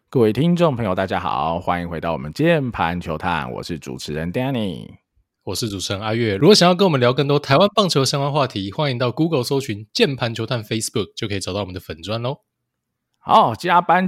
各位听众朋友大家好，欢迎回到我们键盘球探，我是主持人 Danny， 我是主持人阿月。如果想要跟我们聊更多台湾棒球相关话题，欢迎到 Google 搜寻键盘球探 Facebook 就可以找到我们的粉专咯。 好，加班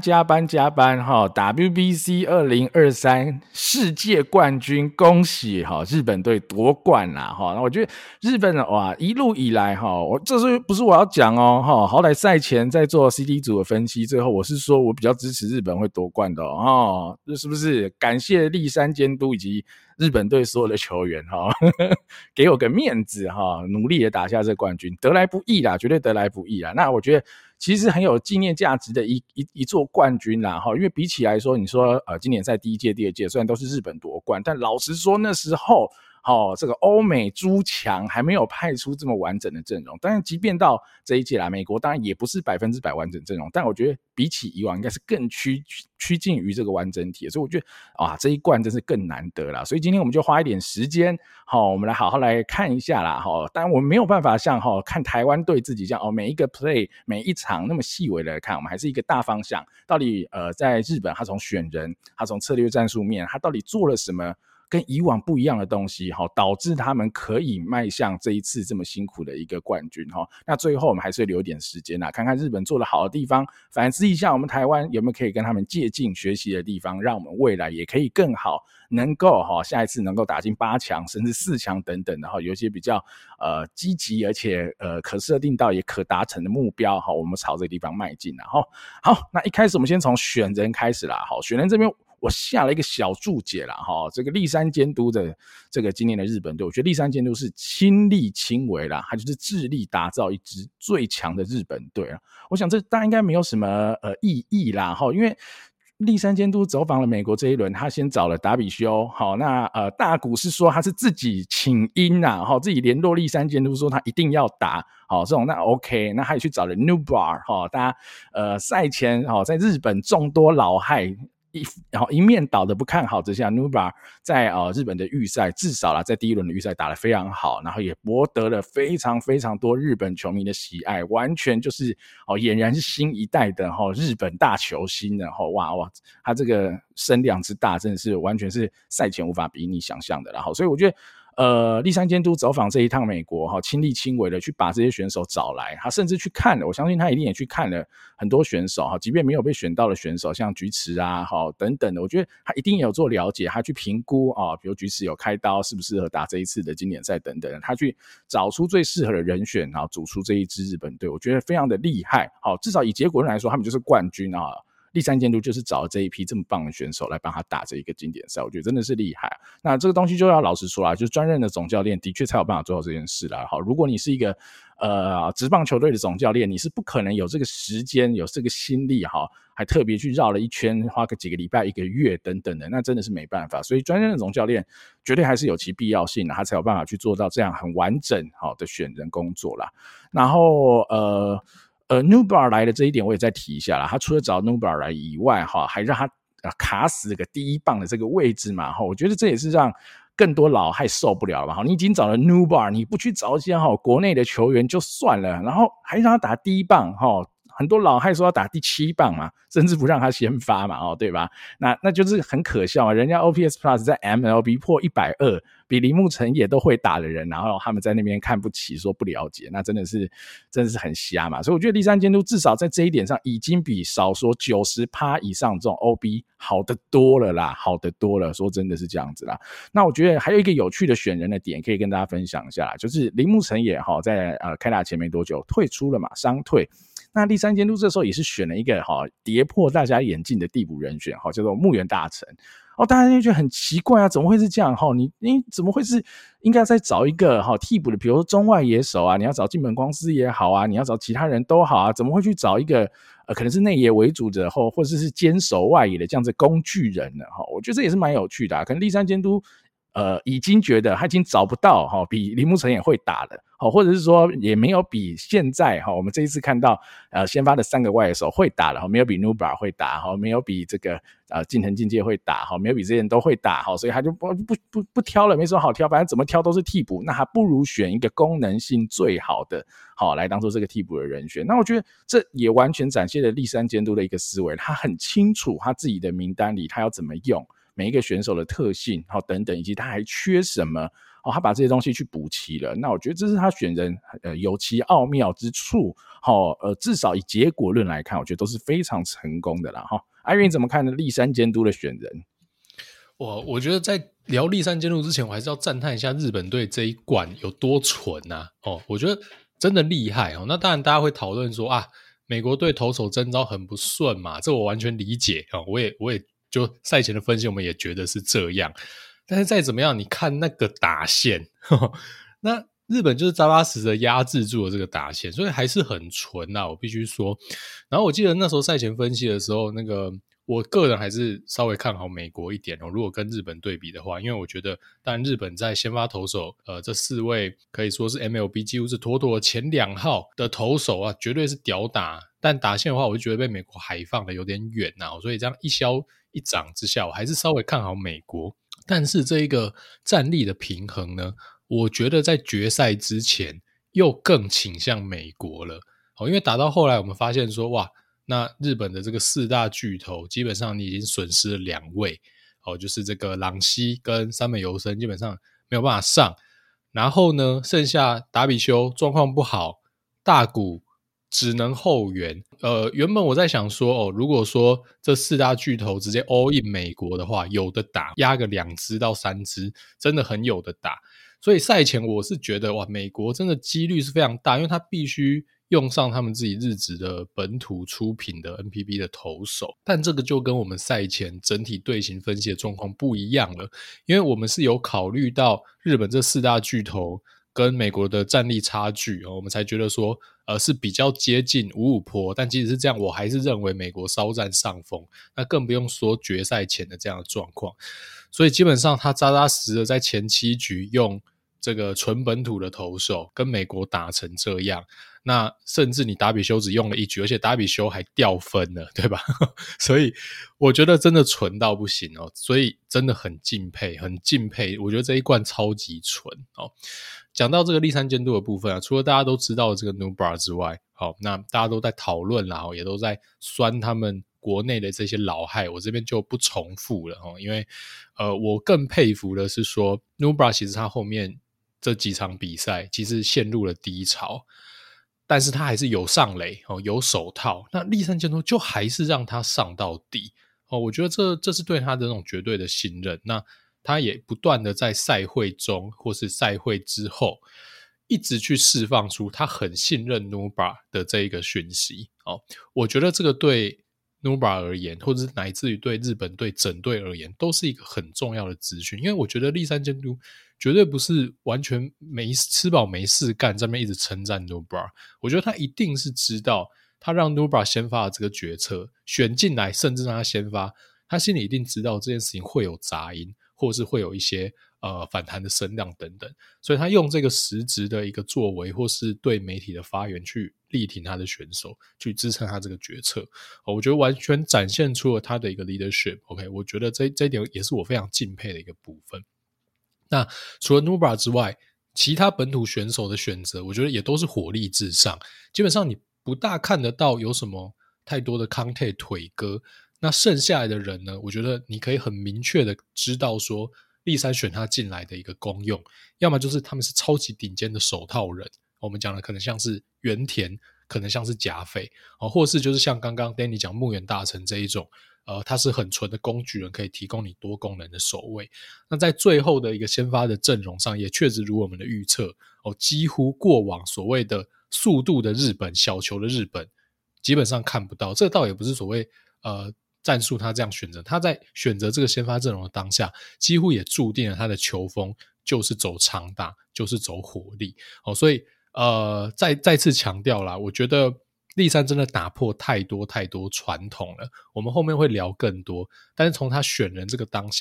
WBC 2023世界冠军，恭喜日本队夺冠啦！那我觉得日本哇一路以来这是不是我要讲好歹赛前在做 CD 组的分析，最后我是说我比较支持日本会夺冠的这是不是感谢栗山监督以及日本队所有的球员给我个面子努力的打下这冠军，得来不易啦，绝对得来不易啦。那我觉得其实很有纪念价值的一座冠军啦因为比起来说，你说今年赛第一届、第二届虽然都是日本夺冠，但老实说那时候这个欧美诸强还没有派出这么完整的阵容，当然即便到这一届啦，美国当然也不是100%完整阵容，但我觉得比起以往应该是更趋近于这个完整体，所以我觉得这一冠真是更难得啦。所以今天我们就花一点时间我们来好好来看一下啦当然我们没有办法像看台湾队自己这样每一个 play 每一场那么细微的来看，我们还是一个大方向，到底在日本他从选人，他从策略战术面，他到底做了什么跟以往不一样的东西导致他们可以迈向这一次这么辛苦的一个冠军那最后我们还是会留一点时间看看日本做的好的地方，反思一下我们台湾有没有可以跟他们借鉴学习的地方，让我们未来也可以更好，能够下一次能够打进8强甚至4强等等的有一些比较积极而且可设定到也可达成的目标我们朝这个地方迈进好，那一开始我们先从选人开始啦选人这边我下了一个小注解啦这个栗山监督的这个今年的日本队，我觉得栗山监督是亲力亲为啦，他就是致力打造一支最强的日本队我想这当然应该没有什么意义啦因为栗山监督走访了美国这一轮，他先找了达比修那大谷是说他是自己请缨自己联络栗山监督说他一定要打这种那 OK， 那他也去找了 Newbar 大家赛前在日本众多老害一面倒的不看好之下 Nubar 在日本的预赛至少啦在第一轮的预赛打得非常好，然后也博得了非常非常多日本球迷的喜爱，完全就是俨然是新一代的日本大球星的哇他这个声量之大真的是完全是赛前无法比拟想象的啦所以我觉得栗山监督走访这一趟美国亲力亲为的去把这些选手找来，他甚至去看了，我相信他一定也去看了很多选手即便没有被选到的选手像菊池啊等等的，我觉得他一定也有做了解，他去评估比如菊池有开刀适不适合打这一次的经典赛等等，他去找出最适合的人选组出这一支日本队，我觉得非常的厉害至少以结果论来说他们就是冠军栗山监督就是找了这一批这么棒的选手来帮他打这一个经典赛，我觉得真的是厉害那这个东西就要老实说啦，就是专任的总教练的确才有办法做到这件事啦如果你是一个职棒球队的总教练，你是不可能有这个时间有这个心力还特别去绕了一圈花个几个礼拜1个月等等的，那真的是没办法，所以专任的总教练绝对还是有其必要性他才有办法去做到这样很完整的选人工作啦。然后Nubar 来的这一点我也再提一下啦，他除了找 Nubar 来以外还让他卡死个第一棒的这个位置嘛我觉得这也是让更多老害受不了嘛你已经找了 Nubar， 你不去找一些国内的球员就算了，然后还让他打第一棒很多老害说要打第7棒嘛，甚至不让他先发嘛对吧？那就是很可笑人家 OPS Plus 在 MLB 破120，比铃木诚也都会打的人，然后他们在那边看不起说不了解，那真的是很瞎嘛。所以我觉得栗山监督至少在这一点上已经比少说 90% 以上这种 OB 好得多了啦，好得多了，说真的是这样子啦。那我觉得还有一个有趣的选人的点可以跟大家分享一下啦，就是铃木诚也在开打前没多久退出了嘛，伤退。那栗山监督这时候也是选了一个跌破大家眼镜的替补人选叫做木原大成大家就觉得很奇怪怎么会是这样你怎么会是应该再找一个替补的，比如说中外野手你要找金本光司也好你要找其他人都好怎么会去找一个可能是内野为主的或者是坚守外野的这样子工具人呢我觉得这也是蛮有趣的可能栗山监督已经觉得他已经找不到比林木成也会打的或者是说也没有比现在我们这一次看到先发的3个外野手会打的没有比 Newbar 会打没有比这个近藤境界会打没有比这些人都会打所以他就不挑了，没什么好挑，反正怎么挑都是替补，那还不如选一个功能性最好的来当做这个替补的人选。那我觉得这也完全展现了栗山监督的一个思维，他很清楚他自己的名单里他要怎么用每一个选手的特性等等，以及他还缺什么他把这些东西去补齐了。那我觉得这是他选人有其奥妙之处至少以结果论来看，我觉得都是非常成功的啦阿云怎么看呢？栗山监督的选人， 我觉得在聊栗山监督之前，我还是要赞叹一下日本队这一冠有多纯啊！我觉得真的厉害那当然大家会讨论说美国队投手征召很不顺嘛，这我完全理解我也就赛前的分析，我们也觉得是这样。但是再怎么样，你看那个打线，那日本就是扎扎实实的压制住了这个打线，所以还是很纯我必须说。然后我记得那时候赛前分析的时候，那个我个人还是稍微看好美国一点如果跟日本对比的话，因为我觉得当然日本在先发投手这4位可以说是 MLB 几乎是妥妥的前2号的投手绝对是屌打，但打线的话我就觉得被美国海放的有点远所以这样一消一长之下，我还是稍微看好美国。但是这一个战力的平衡呢，我觉得在决赛之前又更倾向美国了因为打到后来我们发现说哇，那日本的这个4大巨头基本上你已经损失了2位就是这个朗希跟山本由伸基本上没有办法上，然后呢剩下达比修状况不好，大谷只能后援原本我在想说如果说这4大巨头直接 all in 美国的话，有的打，压个2支到3支真的很有的打。所以赛前我是觉得哇，美国真的几率是非常大，因为他必须用上他们自己日职的本土出品的 NPB 的投手，但这个就跟我们赛前整体队形分析的状况不一样了，因为我们是有考虑到日本这4大巨头跟美国的战力差距我们才觉得说是比较接近5-5波，但即使是这样，我还是认为美国稍占上风，那更不用说决赛前的这样的状况。所以基本上他扎扎实实的在前7局用这个纯本土的投手跟美国打成这样，那甚至你达比修只用了1局，而且达比修还掉分了，对吧？所以我觉得真的纯到不行所以真的很敬佩，很敬佩，我觉得这一冠超级纯讲到这个栗山监督的部分除了大家都知道的这个 Newbar 之外那大家都在讨论啦也都在酸他们国内的这些老害，我这边就不重复了因为我更佩服的是说 Newbar 其实他后面这几场比赛其实陷入了低潮，但是他还是有上垒有手套，那栗山监督就还是让他上到底我觉得这是对他的那种绝对的信任，那他也不断的在赛会中或是赛会之后一直去释放出他很信任 Newbar 的这一个讯息我觉得这个对 Newbar 而言，或者是乃至于对日本队整队而言，都是一个很重要的资讯，因为我觉得栗山监督绝对不是完全没吃饱没事干在那边一直称赞 Newbar， 我觉得他一定是知道他让 Newbar 先发的这个决策选进来，甚至让他先发，他心里一定知道这件事情会有杂音，或是会有一些反弹的声量等等，所以他用这个实质的一个作为，或是对媒体的发言去力挺他的选手，去支撑他这个决策我觉得完全展现出了他的一个 leadership OK， 我觉得这一点也是我非常敬佩的一个部分。那除了 Newbar 之外，其他本土选手的选择我觉得也都是火力至上，基本上你不大看得到有什么太多的康泰腿哥，那剩下来的人呢，我觉得你可以很明确的知道说栗山选他进来的一个功用，要么就是他们是超级顶尖的手套人，我们讲的可能像是原田，可能像是甲斐或是就是像刚刚 Danny 讲木原大成这一种他是很纯的工具人，可以提供你多功能的守卫。那在最后的一个先发的阵容上，也确实如我们的预测几乎过往所谓的速度的日本，小球的日本基本上看不到，这倒也不是所谓战术他这样选择，他在选择这个先发阵容的当下，几乎也注定了他的球风就是走长打，就是走火力所以再次强调啦，我觉得栗山真的打破太多太多传统了，我们后面会聊更多，但是从他选人这个当下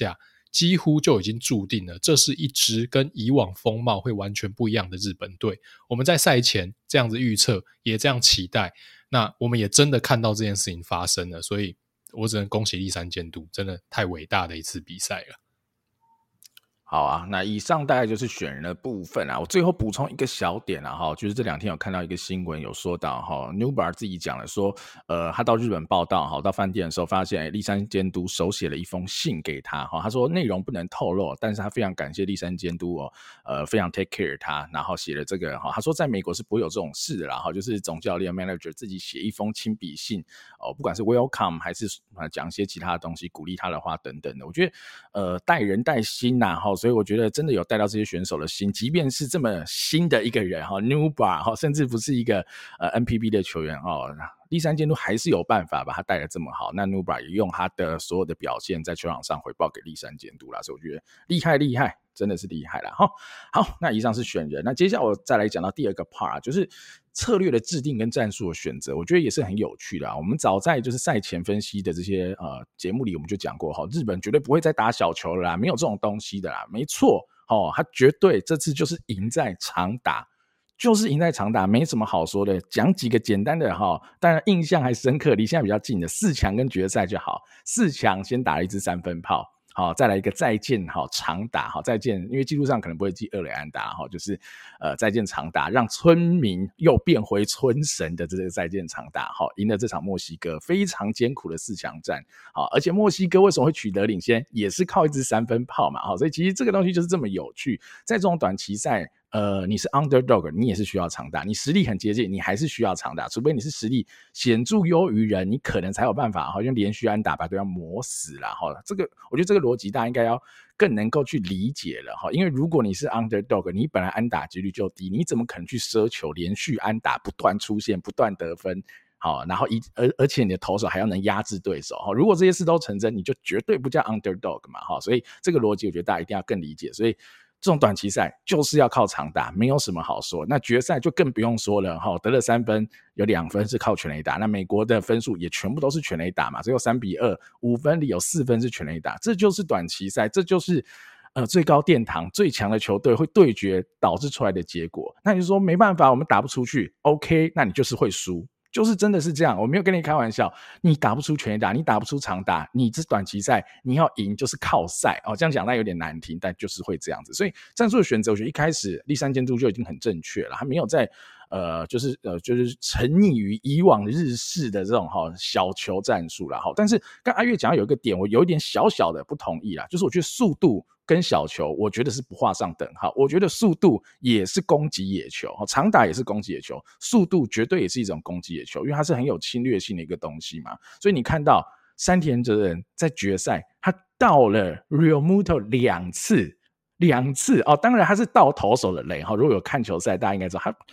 几乎就已经注定了，这是一支跟以往风貌会完全不一样的日本队。我们在赛前这样子预测，也这样期待，那我们也真的看到这件事情发生了，所以我只能恭喜立山监督，真的太伟大的一次比赛了。 好啊，那以上大概就是选人的部分啊。我最后补充一个小点啊，就是这2天有看到一个新闻，有说到Newbar 自己讲了说，他到日本报道到饭店的时候，发现立山监督手写了一封信给他他说内容不能透露，但是他非常感谢立山监督非常 take care 他，然后写了这个他说在美国是不会有这种事的啦就是总教练 manager 自己写一封亲笔信不管是 welcome 还是讲一些其他的东西，鼓励他的话等等的，我觉得带人带心所以我觉得真的有带到这些选手的心，即便是这么新的一个人Newbar 甚至不是一个NPB 的球员立山监督还是有办法把他带得这么好，那 Newbar 也用他的所有的表现在球场上回报给立山监督啦，所以我觉得厉害，真的是厉害啦好，那以上是选人，那接下来我再来讲到第二个 part 就是策略的制定跟战术的选择，我觉得也是很有趣的我们早在就是赛前分析的这些节目里，我们就讲过日本绝对不会再打小球了啦，没有这种东西的啦，没错他绝对这次就是赢在长打。就是赢在长打，没什么好说的。讲几个简单的当然印象还深刻，离现在比较近的4强跟决赛就好。4强先打了一支3分炮，再来一个再见长打，再见，因为记录上可能不会记2垒安打就是再见长打，让村民又变回村神的这个再见长打赢了这场墨西哥非常艰苦的4强战而且墨西哥为什么会取得领先，也是靠一支3分炮嘛所以其实这个东西就是这么有趣，在这种短期赛你是 underdog 你也是需要长打，你实力很接近你还是需要长打，除非你是实力显著优于人，你可能才有办法用连续安打把对方磨死啦这个我觉得这个逻辑大家应该要更能够去理解了因为如果你是 underdog 你本来安打几率就低，你怎么可能去奢求连续安打不断出现不断得分然后而且你的投手还要能压制对手如果这些事都成真，你就绝对不叫 underdog 嘛所以这个逻辑我觉得大家一定要更理解，所以这种短期赛就是要靠长打，没有什么好说。那决赛就更不用说了得了3分，有2分是靠全垒打，那美国的分数也全部都是全垒打嘛，只有3-2 5分里有4分是全垒打，这就是短期赛，这就是最高殿堂最强的球队会对决导致出来的结果。那你就说没办法我们打不出去 OK， 那你就是会输，就是真的是这样，我没有跟你开玩笑，你打不出全垒打，你打不出长打，你这短期赛你要赢就是靠赛这样讲那有点难听，但就是会这样子。所以战术的选择我觉得一开始立山监督就已经很正确了，他没有在就是沉溺于以往日式的这种小球战术啦但是刚阿月讲到有一个点我有一点小小的不同意啦，就是我觉得速度跟小球我觉得是不画上等号，我觉得速度也是攻击野球长打也是攻击野球，速度绝对也是一种攻击野球，因为它是很有侵略性的一个东西嘛。所以你看到山田哲人在决赛他到了 Real Muto 2次当然他是到投手的垒如果有看球赛大家应该知道他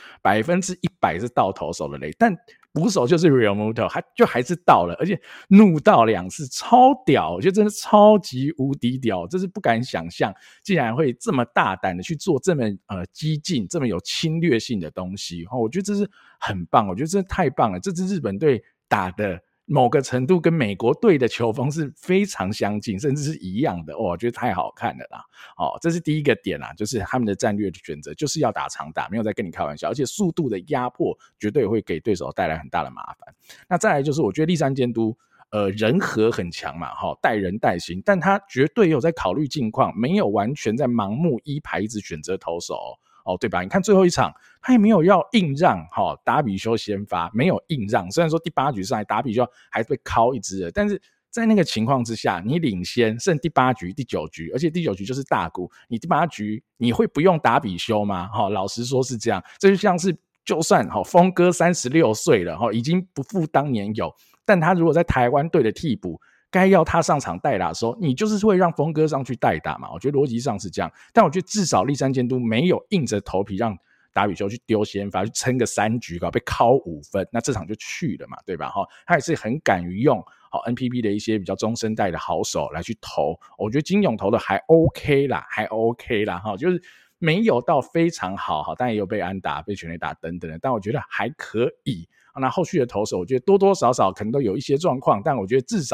100%是到投手的垒，但捕手就是 Real Muto 他就还是到了，而且怒到2次，超屌，我觉得真的超级无敌屌，这是不敢想象竟然会这么大胆的去做这么激进这么有侵略性的东西我觉得这是很棒，我觉得真的太棒了，这支日本队打的某个程度跟美国队的球风是非常相近甚至是一样的我觉得太好看了啦这是第一个点啦，就是他们的战略的选择就是要打长打，没有在跟你开玩笑，而且速度的压迫绝对会给对手带来很大的麻烦。那再来就是我觉得立山监督人和很强嘛带人带心，但他绝对有在考虑近况，没有完全在盲目依牌子选择投手对吧？你看最后一场他也没有要硬让达比修先发，没有硬让，虽然说第8局上来达比修还被敲一支了，但是在那个情况之下你领先剩第8局第9局，而且第9局就是大谷，你第8局你会不用达比修吗老实说是这样，这就像是就算峰哥36岁了已经不复当年有，但他如果在台湾队的替补该要他上场代打的时候，你就是会让峰哥上去代打嘛，我觉得逻辑上是这样，但我觉得至少立山监督没有硬着头皮让达比修去丢先发去撑个3局被敲5分，那这场就去了嘛，对吧他也是很敢于用NPB 的一些比较中生代的好手来去投，我觉得金勇投的还 OK 啦就是没有到非常好但也有被安打被全垒打等等的，但我觉得还可以那后续的投手我觉得多多少少可能都有一些状况，但我觉得至少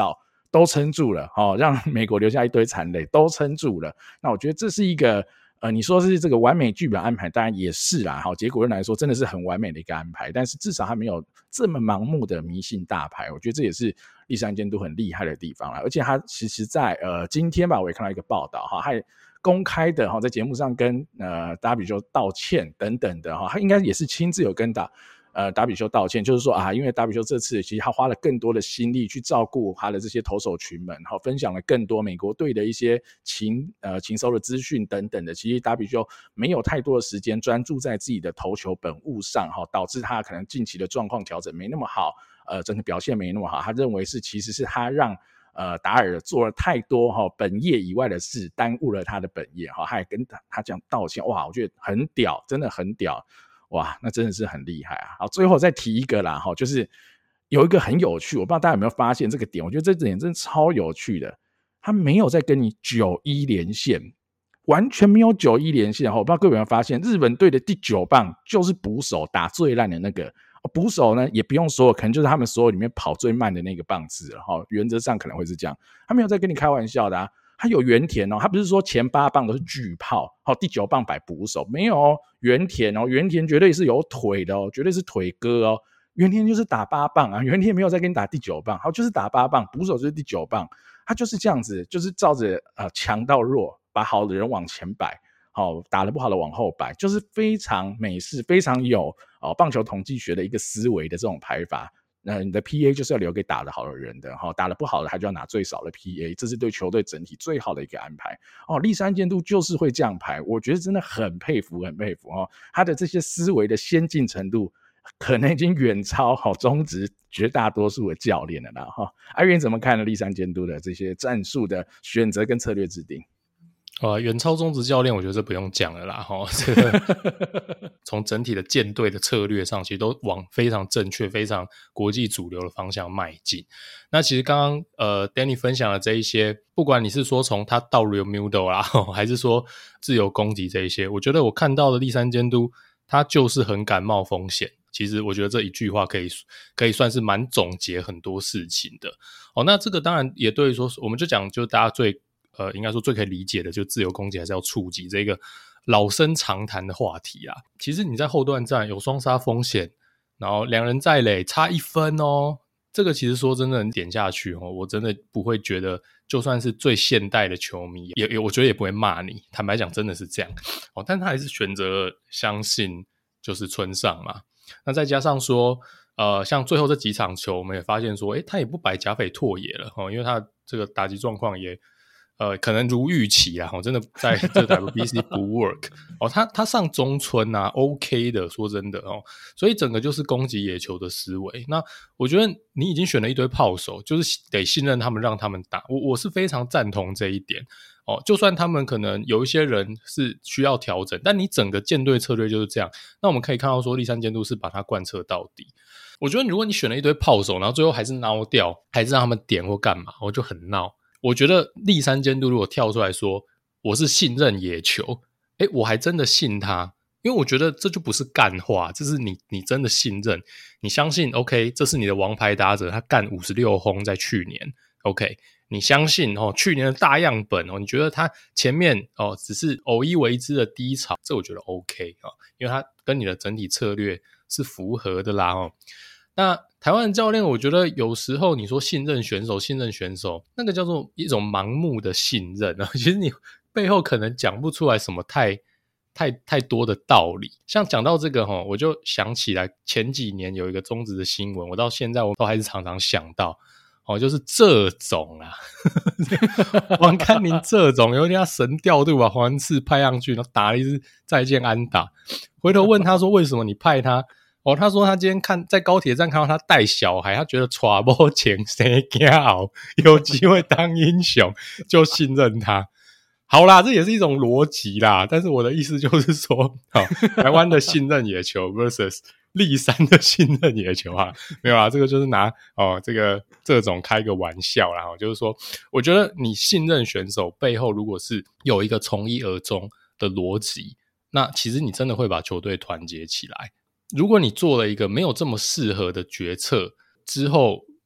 都撑住了，让美国留下一堆残垒，都撑住了。那我觉得这是一个你说是这个完美剧本安排，当然也是啦。结果论来说，真的是很完美的一个安排。但是至少他没有这么盲目的迷信大牌，我觉得这也是立山监督很厉害的地方啦。而且他其实在今天吧，我也看到一个报道他也公开的在节目上跟达比修道歉等等的他应该也是亲自有跟达比修道歉，就是说因为达比修这次其实他花了更多的心力去照顾他的这些投手群们，分享了更多美国队的一些情搜的资讯等等的。其实达比修没有太多的时间专注在自己的投球本务上，导致他可能近期的状况调整没那么好，整个表现没那么好。他认为其实是他让达尔做了太多本业以外的事，耽误了他的本业，他也跟他讲道歉。哇，我觉得很屌，真的很屌。哇，那真的是很厉害啊！好，最后再提一个啦，就是有一个很有趣，我不知道大家有没有发现这个点，我觉得这点真的超有趣的。他没有在跟你9-1连线，完全没有9-1连线。我不知道各位有没有发现，日本队的第9棒就是捕手打最烂的那个。捕手呢也不用说，可能就是他们所有里面跑最慢的那个棒次了，原则上可能会是这样。他没有在跟你开玩笑的他有原田他不是说前8棒都是巨炮，第9棒摆捕手，没有原田原田绝对是有腿的绝对是腿哥原田就是打8棒原田没有在跟你打第9棒，就是打8棒，捕手就是第9棒，他就是这样子，就是照着强到弱，把好的人往前摆，打得不好的往后摆，就是非常美式，非常有棒球统计学的一个思维的这种排法。你的 PA 就是要留给打得好的人的，打得不好的他就要拿最少的 PA， 这是对球队整体最好的一个安排。立山监督就是会这样排，我觉得真的很佩服，很佩服他的这些思维的先进程度，可能已经远超中职绝大多数的教练了啦。阿元怎么看呢？立山监督的这些战术的选择跟策略制定？ 远超中职教练，我觉得这不用讲了啦。这个从整体的舰队的策略上，其实都往非常正确、非常国际主流的方向迈进。那其实刚刚Danny 分享的这一些，不管你是说从他到 Real Muto 啦，还是说自由攻击这一些，我觉得我看到的立山监督，他就是很敢冒风险。其实我觉得这一句话可以算是蛮总结很多事情的。那这个当然也对于说，我们就讲就大家应该说最可以理解的，就自由攻击还是要触及这个老生常谈的话题啦。其实你在后段战有双杀风险，然后2人在垒差1分这个其实说真的你点下去我真的不会觉得，就算是最现代的球迷也我觉得也不会骂你，坦白讲真的是这样但他还是选择了相信就是村上嘛。那再加上说像最后这几场球我们也发现说他也不摆甲斐拓也了因为他这个打击状况也可能如预期啦真的在这 WBC 不 work 他上中村OK 的，说真的所以整个就是攻击野球的思维。那我觉得你已经选了一堆炮手，就是得信任他们，让他们打。我是非常赞同这一点就算他们可能有一些人是需要调整，但你整个舰队策略就是这样。那我们可以看到说立山监督是把它贯彻到底。我觉得如果你选了一堆炮手，然后最后还是孬掉，还是让他们点或干嘛，我就很闹。我觉得立山监督如果跳出来说我是信任野球，我还真的信他，因为我觉得这就不是干话，这是你真的信任，你相信 OK 这是你的王牌打者，他干56轰在去年 OK， 你相信去年的大样本你觉得他前面只是偶一为之的低潮，这我觉得 OK 因为他跟你的整体策略是符合的啦那台湾的教练我觉得有时候你说信任选手那个叫做一种盲目的信任其实你背后可能讲不出来什么太多的道理。像讲到这个我就想起来前几年有一个中职的新闻，我到现在我都还是常常想到就是这种王甘宁这种有点神调度把黄恩赐派上去，然后打了一支再见安打，回头问他说为什么你派他他说他今天在高铁站看到他带小孩，他觉得娶某钱生囝后有机会当英雄，就信任他。好啦，这也是一种逻辑啦，但是我的意思就是说台湾的信任野球 versus 立山的信任野球没有啦，这个就是拿这种开个玩笑啦就是说我觉得你信任选手背后如果是有一个从一而终的逻辑，那其实你真的会把球队团结起来。如果你做了一个没有这么适合的决策之后，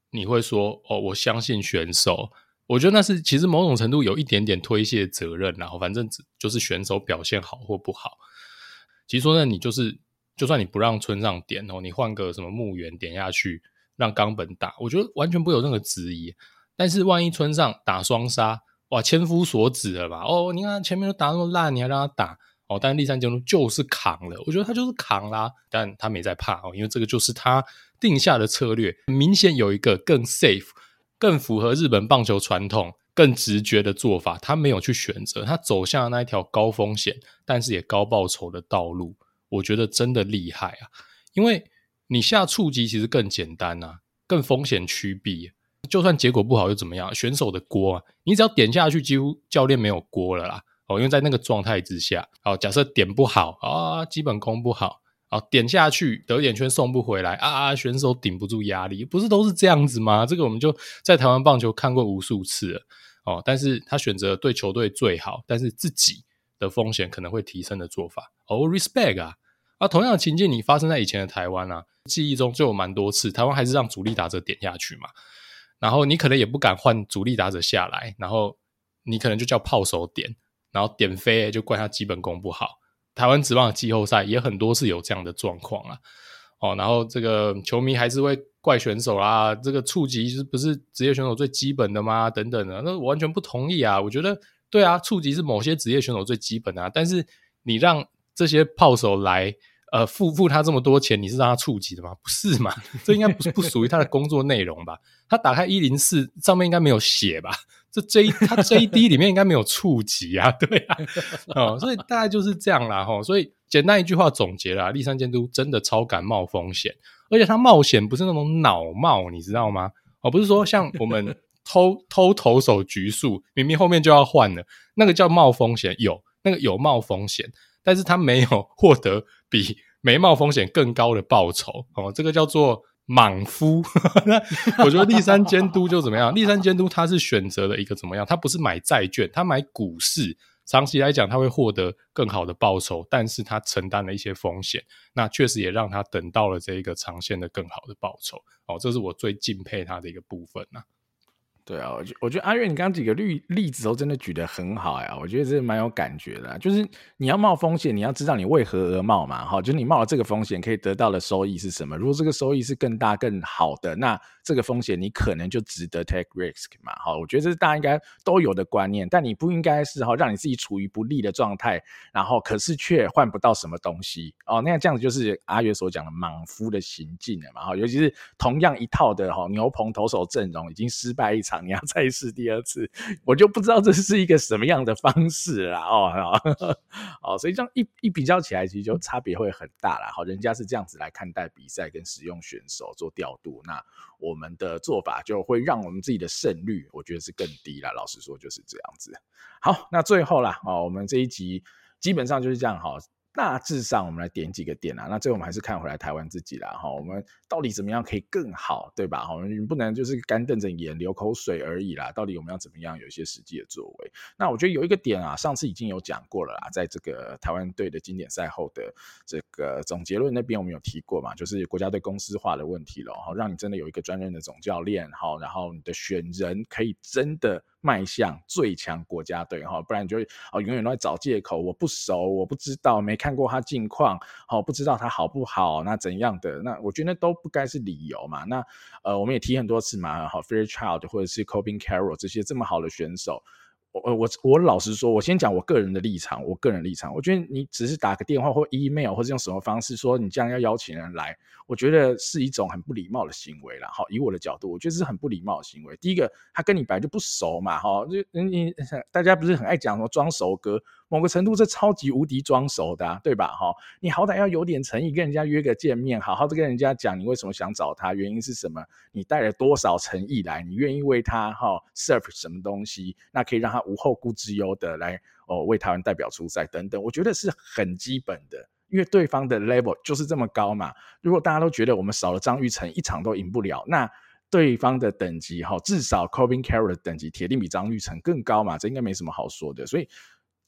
你会说我相信选手，我觉得那是其实某种程度有一点点推卸责任，然后反正就是选手表现好或不好。其实说呢，你就算你不让村上点你换个什么牧原点下去让冈本打，我觉得完全不会有任何质疑。但是万一村上打双杀，哇，千夫所指了吧？你看前面都打那么烂，你还让他打但立山监督就是扛了，我觉得他就是扛啦，但他没在怕因为这个就是他定下的策略，明显有一个更 safe、更符合日本棒球传统、更直觉的做法，他没有去选择，他走向那一条高风险但是也高报酬的道路，我觉得真的厉害啊！因为你下触击其实更简单啊，更风险趋避，就算结果不好又怎么样？选手的锅啊，你只要点下去，几乎教练没有锅了啦。因为在那个状态之下，假设点不好基本功不好，点下去得点圈送不回来选手顶不住压力，不是都是这样子吗？这个我们就在台湾棒球看过无数次了但是他选择对球队最好，但是自己的风险可能会提升的做法respect 同样的情境你发生在以前的台湾记忆中就有蛮多次，台湾还是让主力打者点下去嘛，然后你可能也不敢换主力打者下来，然后你可能就叫炮手点，然后点飞就怪他基本功不好。台湾职棒的季后赛也很多次有这样的状况然后这个球迷还是会怪选手啦，这个触及不是职业选手最基本的吗？等等的，那我完全不同意我觉得对触及是某些职业选手最基本的但是你让这些炮手来付他这么多钱，你是让他触及的吗？不是嘛，这应该不属于他的工作内容吧？他打开104上面应该没有写吧？他 JD 里面应该没有触及对所以大概就是这样啦所以简单一句话总结啦，立山监督真的超敢冒风险，而且他冒险不是那种脑冒，你知道吗？不是说像我们偷投手局数，明明后面就要换了，那个叫冒风险，那个有冒风险，但是他没有获得比没冒风险更高的报酬这个叫做莽夫我觉得立山监督就怎么样，立山监督他是选择了一个怎么样，他不是买债券，他买股市，长期来讲他会获得更好的报酬，但是他承担了一些风险，那确实也让他等到了这一个长线的更好的报酬这是我最敬佩他的一个部分对啊，我觉得阿月你刚刚几个例子都真的举得很好我觉得这蛮有感觉的就是你要冒风险，你要知道你为何而冒嘛就是你冒了这个风险可以得到的收益是什么，如果这个收益是更大更好的，那这个风险你可能就值得 take risk 嘛我觉得这是大家应该都有的观念，但你不应该是让你自己处于不利的状态，然后可是却换不到什么东西那样这样子就是阿月所讲的莽夫的行径了嘛尤其是同样一套的牛棚投手阵容已经失败一场，你要再试第二次，我就不知道这是一个什么样的方式啦所以这样一比较起来，其实就差别会很大啦人家是这样子来看待比赛跟使用选手做调度，那我们的做法就会让我们自己的胜率我觉得是更低啦，老实说就是这样子。好，那最后啦我们这一集基本上就是这样大致上我们来点几个点那最后我们还是看回来台湾自己啦我们到底怎么样可以更好，对吧我们不能就是干瞪着眼流口水而已啦，到底我们要怎么样有一些实际的作为。那我觉得有一个点上次已经有讲过了啦，在这个台湾队的经典赛后的这个总结论那边我们有提过嘛，就是国家队公司化的问题咯让你真的有一个专任的总教练然后你的选人可以真的迈向最强国家队不然你就永远都在找借口，我不熟，我不知道，没看过他近况不知道他好不好，那怎样的，那我觉得那都不该是理由嘛。那我们也提很多次嘛Fairchild 或者是 Corbin Carroll 这些这么好的选手，我老实说，我先讲我个人立场，我觉得你只是打个电话或 email 或者用什么方式说你这样要邀请人来，我觉得是一种很不礼貌的行为啦以我的角度我觉得是很不礼貌的行为。第一个他跟你本来就不熟嘛大家不是很爱讲什么装熟哥，某个程度这超级无敌装熟的对吧你好歹要有点诚意，跟人家约个见面，好好的跟人家讲你为什么想找他，原因是什么，你带了多少诚意来，你愿意为他serve 什么东西，那可以让他无后顾之忧的来为台湾代表出赛等等，我觉得是很基本的，因为对方的 level 就是这么高嘛。如果大家都觉得我们少了张育成一场都赢不了，那对方的等级至少 Corbin Carroll 的等级铁定比张育成更高嘛，这应该没什么好说的。所以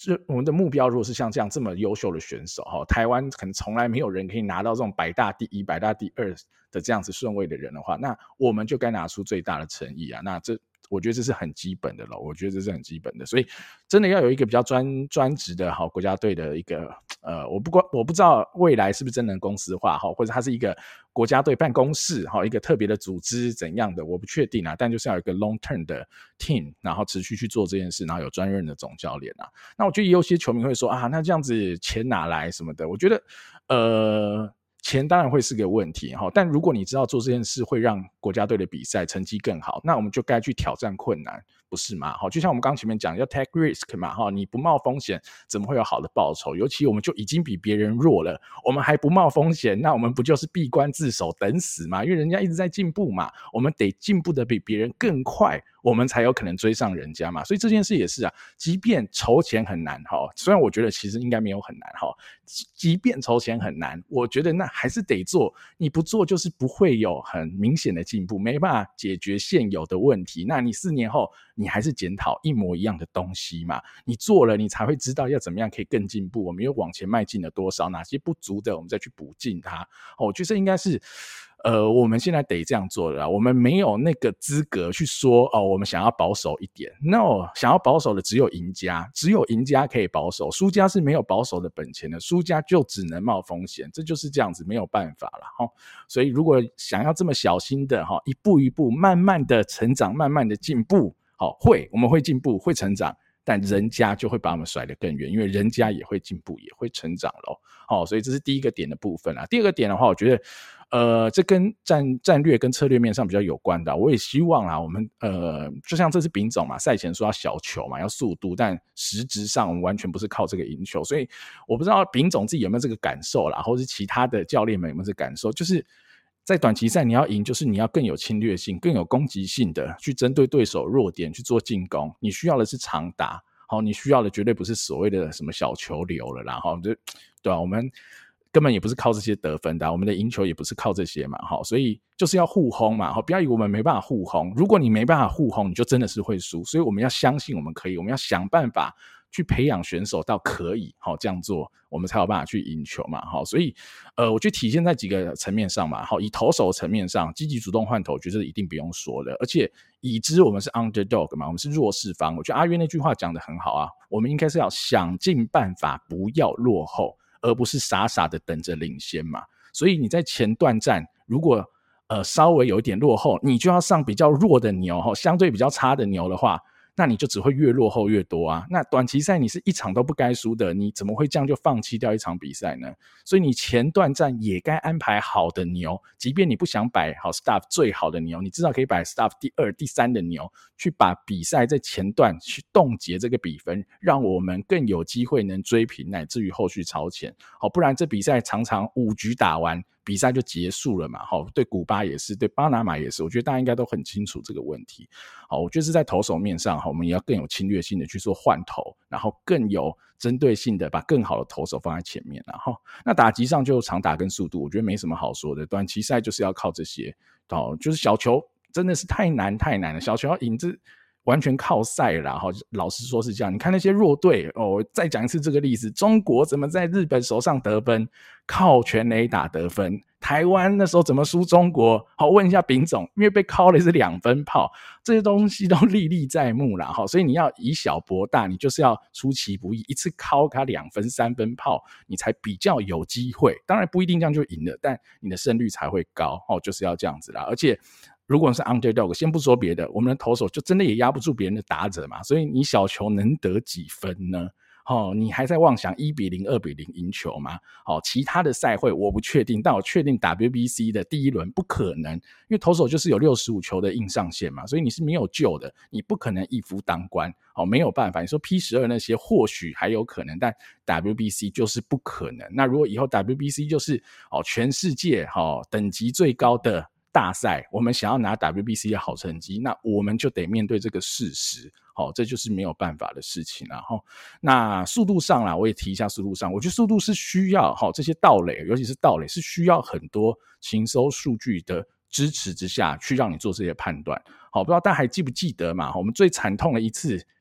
我们的目标如果是像这样这么优秀的选手，台湾可能从来没有人可以拿到这种百大第一、百大第二的这样子顺位的人的话，那我们就该拿出最大的诚意啊。那我觉得这是很基本的了，我觉得这是很基本的，所以真的要有一个比较专职的国家队的一个我不知道未来是不是真能公司化，或者它是一个国家队办公室，一个特别的组织怎样的，我不确定啊，但就是要有一个 long term 的 team， 然后持续去做这件事，然后有专任的总教练啊。那我觉得也有些球迷会说啊，那这样子钱哪来什么的，我觉得钱当然会是个问题，但如果你知道做这件事会让国家队的比赛成绩更好，那我们就该去挑战困难，不是吗？就像我们刚前面讲要 take risk 嘛，你不冒风险怎么会有好的报酬？尤其我们就已经比别人弱了，我们还不冒风险，那我们不就是闭关自守等死吗？因为人家一直在进步嘛，我们得进步的比别人更快，我们才有可能追上人家嘛。所以这件事也是啊，即便筹钱很难，虽然我觉得其实应该没有很难，即便筹钱很难，我觉得那还是得做，你不做就是不会有很明显的进步，没办法解决现有的问题，那你4年后你还是检讨一模一样的东西嘛，你做了你才会知道要怎么样可以更进步，我们又往前迈进了多少，哪些不足的我们再去补进它。我觉得这应该是我们现在得这样做的啦，我们没有那个资格去说我们想要保守一点 ，no， 想要保守的只有赢家，只有赢家可以保守，输家是没有保守的本钱的，输家就只能冒风险，这就是这样子，没有办法啦。所以如果想要这么小心的一步一步慢慢的成长，慢慢的进步，我们会进步，会成长，但人家就会把我们甩得更远，因为人家也会进步，也会成长咯。所以这是第一个点的部分啦。第二个点的话，我觉得这跟战略跟策略面上比较有关的，我也希望啦，我们就像这次丙总嘛，赛前说要小球嘛，要速度，但实质上我们完全不是靠这个赢球，所以我不知道丙总自己有没有这个感受啦，或是其他的教练们有没有这个感受，就是在短期赛你要赢，就是你要更有侵略性，更有攻击性的去针对对手弱点去做进攻，你需要的是长打，你需要的绝对不是所谓的什么小球流了啦，对吧？我们根本也不是靠这些得分的，我们的赢球也不是靠这些嘛，所以就是要互轰嘛，不要以为我们没办法互轰，如果你没办法互轰，你就真的是会输，所以我们要相信我们可以，我们要想办法去培养选手到可以这样做，我们才有办法去赢球嘛。所以我觉得体现在几个层面上嘛。以投手层面上，积极主动换投，我觉得一定不用说的。而且已知我们是 underdog 嘛，我们是弱势方。我觉得阿约那句话讲得很好啊，我们应该是要想尽办法不要落后，而不是傻傻的等着领先嘛。所以你在前段战如果稍微有一点落后，你就要上比较弱的牛，相对比较差的牛的话，那你就只会越落后越多啊。那短期赛你是一场都不该输的，你怎么会这样就放弃掉一场比赛呢？所以你前段战也该安排好的牛，即便你不想摆好 staff 最好的牛，你至少可以摆 staff 第2、第3的牛，去把比赛在前段去冻结这个比分，让我们更有机会能追平，乃至于后续超前。不然这比赛常常5局打完比赛就结束了嘛，对古巴也是，对巴拿马也是，我觉得大家应该都很清楚这个问题。我觉得是在投手面上，我们也要更有侵略性的去做换投，然后更有针对性的把更好的投手放在前面。那打击上就长打跟速度，我觉得没什么好说的，短期赛就是要靠这些，就是小球真的是太难了，小球要赢这完全靠赛啦，老实说是这样。你看那些弱队我再讲一次这个例子，中国怎么在日本手上得分，靠全垒打得分，台湾那时候怎么输中国，问一下丙总，因为被敲的是2分炮，这些东西都历历在目啦，所以你要以小博大，你就是要出其不意，一次敲他2分3分炮，你才比较有机会，当然不一定这样就赢了，但你的胜率才会高，就是要这样子啦。而且如果是 underdog， 先不说别的，我们的投手就真的也压不住别人的打者嘛，所以你小球能得几分呢？你还在妄想1-0 2-0赢球吗？其他的赛会我不确定，但我确定 WBC 的第1轮不可能，因为投手就是有65球的硬上限嘛，所以你是没有救的，你不可能一夫当关，没有办法。你说 P12 那些或许还有可能，但 WBC 就是不可能。那如果以后 WBC 就是全世界等级最高的大赛，我们想要拿 WBC 的好成绩，那我们就得面对这个事实，这就是没有办法的事情啦。那速度上啦，我也提一下速度上，我觉得速度是需要这些盗垒，尤其是盗垒是需要很多情搜数据的支持之下去让你做这些判断。不知道大家还记不记得嘛，我们最惨痛的一次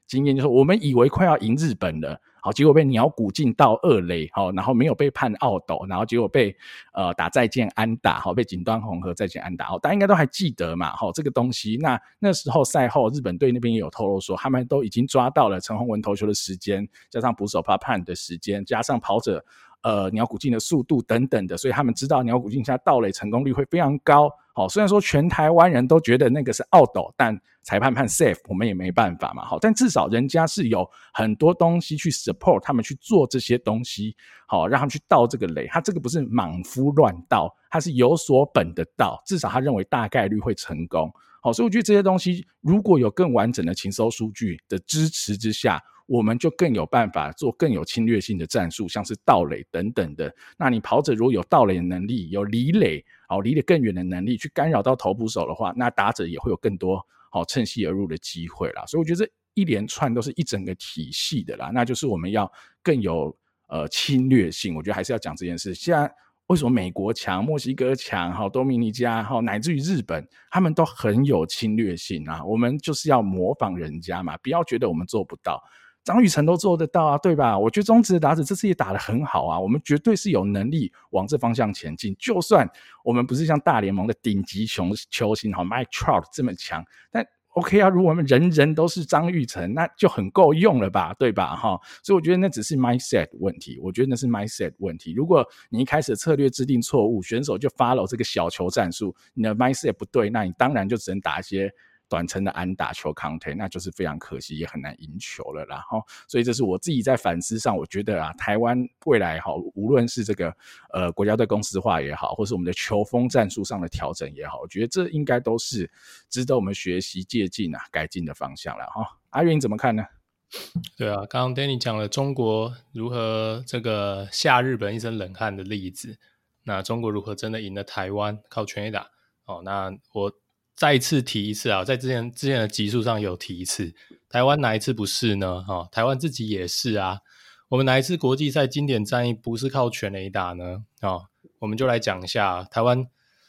经验，就是我们以为快要赢日本了，好，结果被鸟谷进到2垒，好，然后没有被判out斗，然后结果被打再见安打，好，被锦端红和再见安打，好，大家应该都还记得嘛，好，这个东西。那时候赛后日本队那边也有透露说，他们都已经抓到了陈宏文投球的时间，加上捕手帕判的时间，加上跑者鸟谷进的速度等等的，所以他们知道鸟谷进下盗垒成功率会非常高。好，虽然说全台湾人都觉得那个是out斗，但裁判判 safe， 我们也没办法嘛。好，但至少人家是有很多东西去 support 他们去做这些东西，好，让他们去盗这个垒。他这个不是莽夫乱盗，他是有所本的盗，至少他认为大概率会成功。好，所以我觉得这些东西如果有更完整的情搜数据的支持之下，我们就更有办法做更有侵略性的战术，像是盗垒等等的。那你跑者如果有盗垒的能力，有离垒，离得更远的能力，去干扰到投捕手的话，那打者也会有更多趁隙而入的机会啦。所以我觉得这一连串都是一整个体系的啦，那就是我们要更有侵略性。我觉得还是要讲这件事。现在为什么美国强、墨西哥强、多米尼加乃至于日本，他们都很有侵略性啊？我们就是要模仿人家嘛，不要觉得我们做不到。张育成都做得到啊，对吧？我觉得中职的打者这次也打得很好啊，我们绝对是有能力往这方向前进。就算我们不是像大联盟的顶级球星Mike Trout 这么强，但 OK 啊，如果我们人人都是张育成，那就很够用了吧，对吧？所以我觉得那只是 mindset 问题，我觉得那是 mindset 问题。如果你一开始的策略制定错误，选手就 follow 这个小球战术，你的 mindset 不对，那你当然就只能打一些短程的安打球 content， 那就是非常可惜，也很难赢球了啦。所以这是我自己在反思上，我觉得台湾未来无论是这个国家队公司化也好，或是我们的球风战术上的调整也好，我觉得这应该都是值得我们学习借鉴改进的方向了。阿元你怎么看呢？ 对啊，刚刚 Danny 讲了中国如何这个下日本一身冷汗的例子，那中国如何真的赢了台湾，靠全垒打。那我再一次提一次啊，在之前的集数上有提一次，台湾哪一次不是呢？台湾自己也是啊。我们哪一次国际赛经典战役不是靠全垒打呢？我们就来讲一下台湾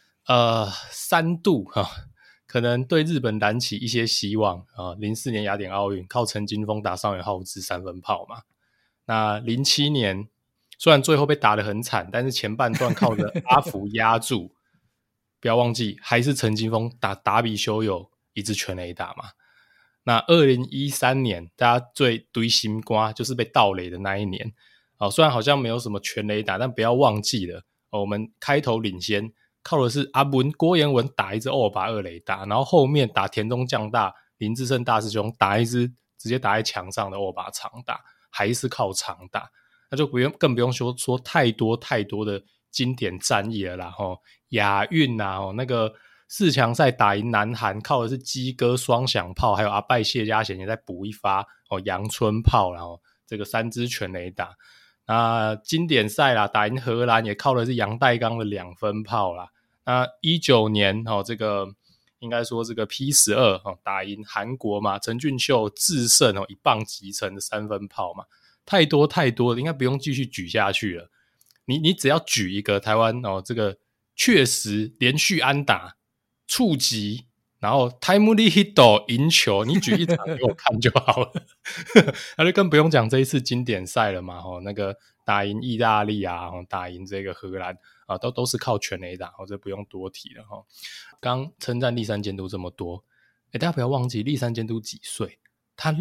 3度可能对日本燃起一些希望04年雅典奥运靠陈金锋打上野浩之3分炮嘛。那07年虽然最后被打得很惨，但是前半段靠着阿福压住不要忘记还是陈金锋打比修有一支全垒打嘛。那2013年大家最堆心瓜就是被盗垒的那一年虽然好像没有什么全垒打，但不要忘记了我们开头领先靠的是郭彦文打一支282垒打，然后后面打田中将大林志胜大师兄打一支直接打在墙上的282长打，还是靠长打，那就更不用说太多的经典战役了啦。亚运那个4强赛打赢南韩靠的是鸡哥双响炮，还有阿拜谢家贤也在补一发阳春炮，然后这个3支全垒打。那经典赛啦打赢荷兰也靠的是杨代刚的2分炮啦。那19年这个应该说这个 P12 打赢韩国嘛，陈俊秀制胜一棒击成的3分炮嘛，太多了，应该不用继续举下去了。你只要举一个台湾这个确实连续安打触及然后 timely hit 赢球，你举一场给我看就好了那就更不用讲这一次经典赛了嘛那个打赢意大利打赢这个荷兰都是靠全垒打这不用多提了刚称赞立山监督这么多大家不要忘记立山监督几岁，他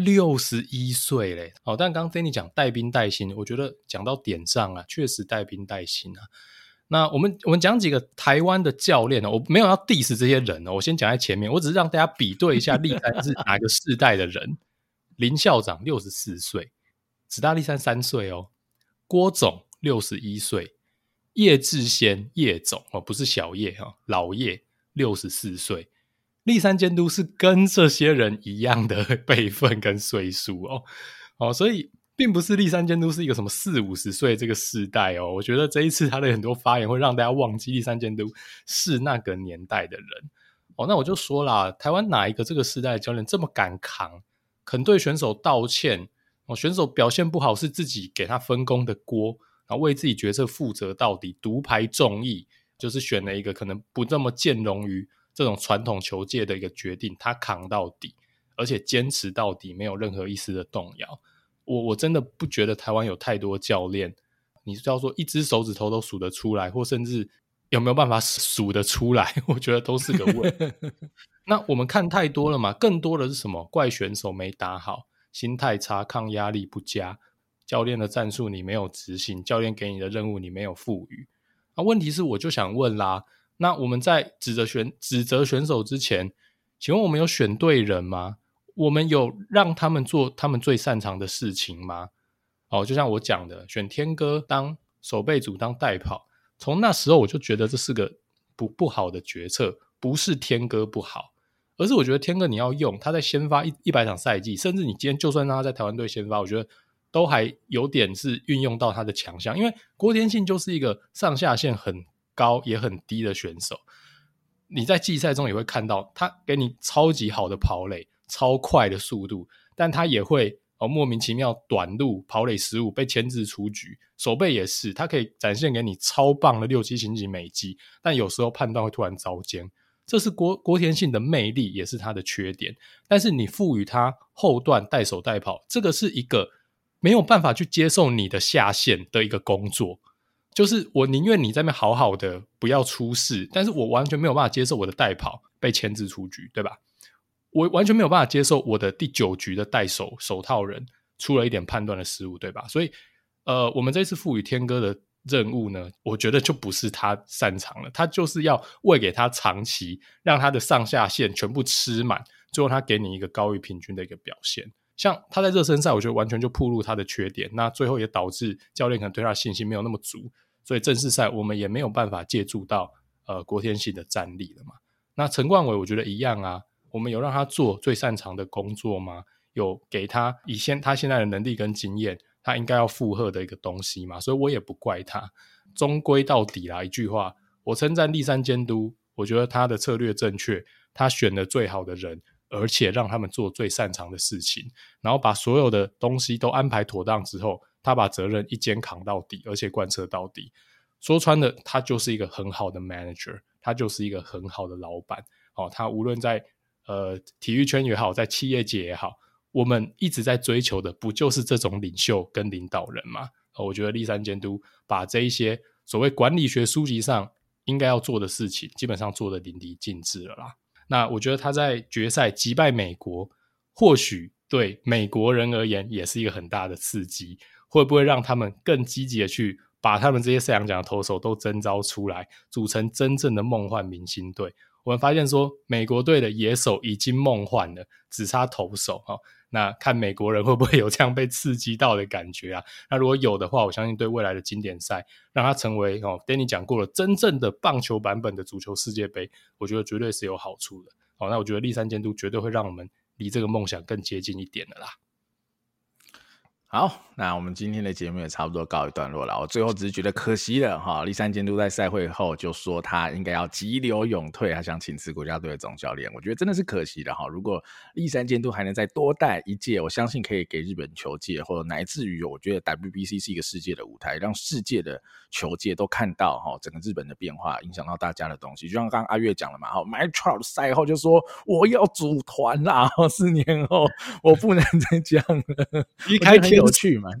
61岁嘞但刚刚 Danny 讲带兵带薪，我觉得讲到点上确实带兵带薪那我们讲几个台湾的教练我没有要 diss 这些人我先讲在前面，我只是让大家比对一下立山是哪个世代的人林校长64岁，只大立山3岁郭总61岁，叶志先叶总不是小叶老叶64岁，立山监督是跟这些人一样的辈分跟岁数所以并不是立山监督是一个什么40-50岁这个世代我觉得这一次他的很多发言会让大家忘记立山监督是那个年代的人那我就说啦，台湾哪一个这个世代的教练这么敢扛，肯对选手道歉选手表现不好是自己给他分工的锅，然后为自己决策负责到底，独排众议，就是选了一个可能不这么见容于这种传统球界的一个决定，他扛到底， 而且坚持到底，没有任何一丝的动摇。我真的不觉得台湾有太多教练，你是要说一只手指头都数得出来，或甚至有没有办法数得出来，我觉得都是个问题。那我们看太多了嘛，更多的是什么？怪选手没打好，心态差，抗压力不佳，教练的战术你没有执行，教练给你的任务你没有赋予。那问题是我就想问啦，那我们在指责选手之前，请问我们有选对人吗？我们有让他们做他们最擅长的事情吗？就像我讲的，选天哥当守备组当代跑，从那时候我就觉得这是个不好的决策，不是天哥不好，而是我觉得天哥你要用他在先发100场赛季，甚至你今天就算让他在台湾队先发，我觉得都还有点是运用到他的强项，因为郭天信就是一个上下限很高也很低的选手，你在季赛中也会看到他给你超级好的跑垒，超快的速度，但他也会莫名其妙短路跑垒失误被牵制出局，守备也是他可以展现给你超棒的6-7星级美技，但有时候判断会突然糟煎，这是郭天信的魅力，也是他的缺点。但是你赋予他后段带手带跑，这个是一个没有办法去接受你的下限的一个工作，就是我宁愿你在那边好好的不要出事，但是我完全没有办法接受我的带跑被牵制出局，对吧？我完全没有办法接受我的第9局的带手套人出了一点判断的失误，对吧？所以我们这次赋予天哥的任务呢，我觉得就不是他擅长了，他就是要喂给他长期，让他的上下限全部吃满，最后他给你一个高于平均的一个表现。像他在热身赛我觉得完全就暴露他的缺点，那最后也导致教练可能对他的信心没有那么足，所以正式赛我们也没有办法借助到郭天信的战力了嘛。那陈冠伟我觉得一样啊，我们有让他做最擅长的工作吗？有给他他现在的能力跟经验他应该要负荷的一个东西嘛，所以我也不怪他。终归到底啦，一句话，我称赞立山监督，我觉得他的策略正确，他选了最好的人，而且让他们做最擅长的事情，然后把所有的东西都安排妥当之后，他把责任一肩扛到底，而且贯彻到底。说穿了，他就是一个很好的 manager， 他就是一个很好的老板。他无论在体育圈也好，在企业界也好，我们一直在追求的不就是这种领袖跟领导人吗？我觉得立山监督把这一些所谓管理学书籍上应该要做的事情基本上做得淋漓尽致了啦。那我觉得他在决赛击败美国，或许对美国人而言也是一个很大的刺激，会不会让他们更积极的去把他们这些赛扬奖的投手都征召出来，组成真正的梦幻明星队？我们发现说美国队的野手已经梦幻了，只差投手那看美国人会不会有这样被刺激到的感觉啊？那如果有的话，我相信对未来的经典赛让它成为Danny 讲过了真正的棒球版本的足球世界杯，我觉得绝对是有好处的。那我觉得立山监督绝对会让我们离这个梦想更接近一点的啦。 好，那我们今天的节目也差不多告一段落了。我最后只是觉得可惜了立山监督在赛会后就说他应该要急流勇退，他想请辞国家队的总教练，我觉得真的是可惜的如果立山监督还能再多带一届，我相信可以给日本球界或者乃至于我觉得 WBC 是一个世界的舞台，让世界的球界都看到整个日本的变化，影响到大家的东西。就像刚刚阿月讲了嘛，Mike Trout 赛后就说我要组团啦，4年后我不能再这样了， 离开天有趣嘛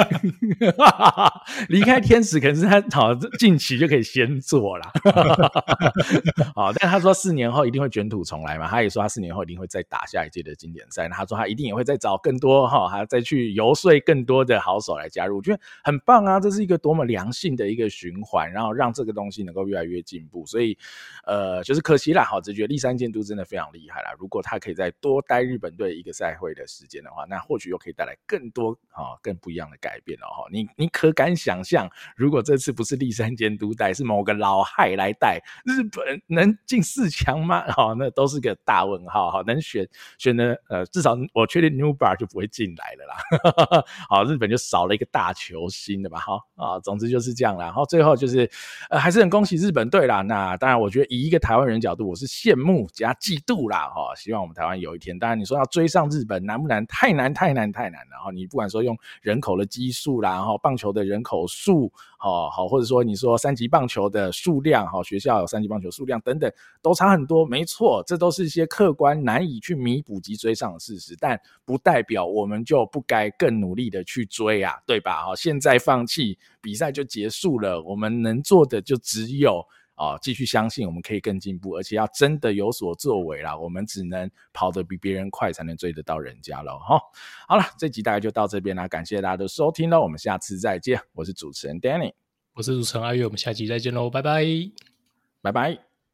离开天使可能是他近期就可以先做啦但他说4年后一定会卷土重来嘛，他也说他4年后一定会再打下一届的经典赛，他说他一定也会再找更多还再去游说更多的好手来加入，我觉得很棒啊，这是一个多么良性的一个循环，然后让这个东西能够越来越进步。所以就是可惜啦，只觉得立山监督真的非常厉害啦，如果他可以再多待日本队一个赛会的时间的话，那或许又可以带来更多更不一样的改变你可敢想象，如果这次不是立山监督带，是某个老害来带，日本能进4强吗？那都是个大问号。能选的至少我确定 Newbar 就不会进来了啦好，日本就少了一个大球星的吧。总之就是这样啦。然后最后就是还是很恭喜日本队啦。那当然我觉得以一个台湾人角度，我是羡慕加嫉妒啦希望我们台湾有一天，当然你说要追上日本难不难？太难了。然后你不管说说用人口的基数啦，棒球的人口数，或者说你说3级棒球的数量，学校有3级棒球数量等等，都差很多，没错，这都是一些客观难以去弥补及追上的事实，但不代表我们就不该更努力的去追啊，对吧？现在放弃比赛就结束了，我们能做的就只有继续相信我们可以更进步，而且要真的有所作为啦，我们只能跑得比别人快才能追得到人家咯。好了，这集大概就到这边啦，感谢大家的收听咯，我们下次再见，我是主持人 Danny， 我是主持人阿月，我们下期再见咯，拜拜， 拜拜。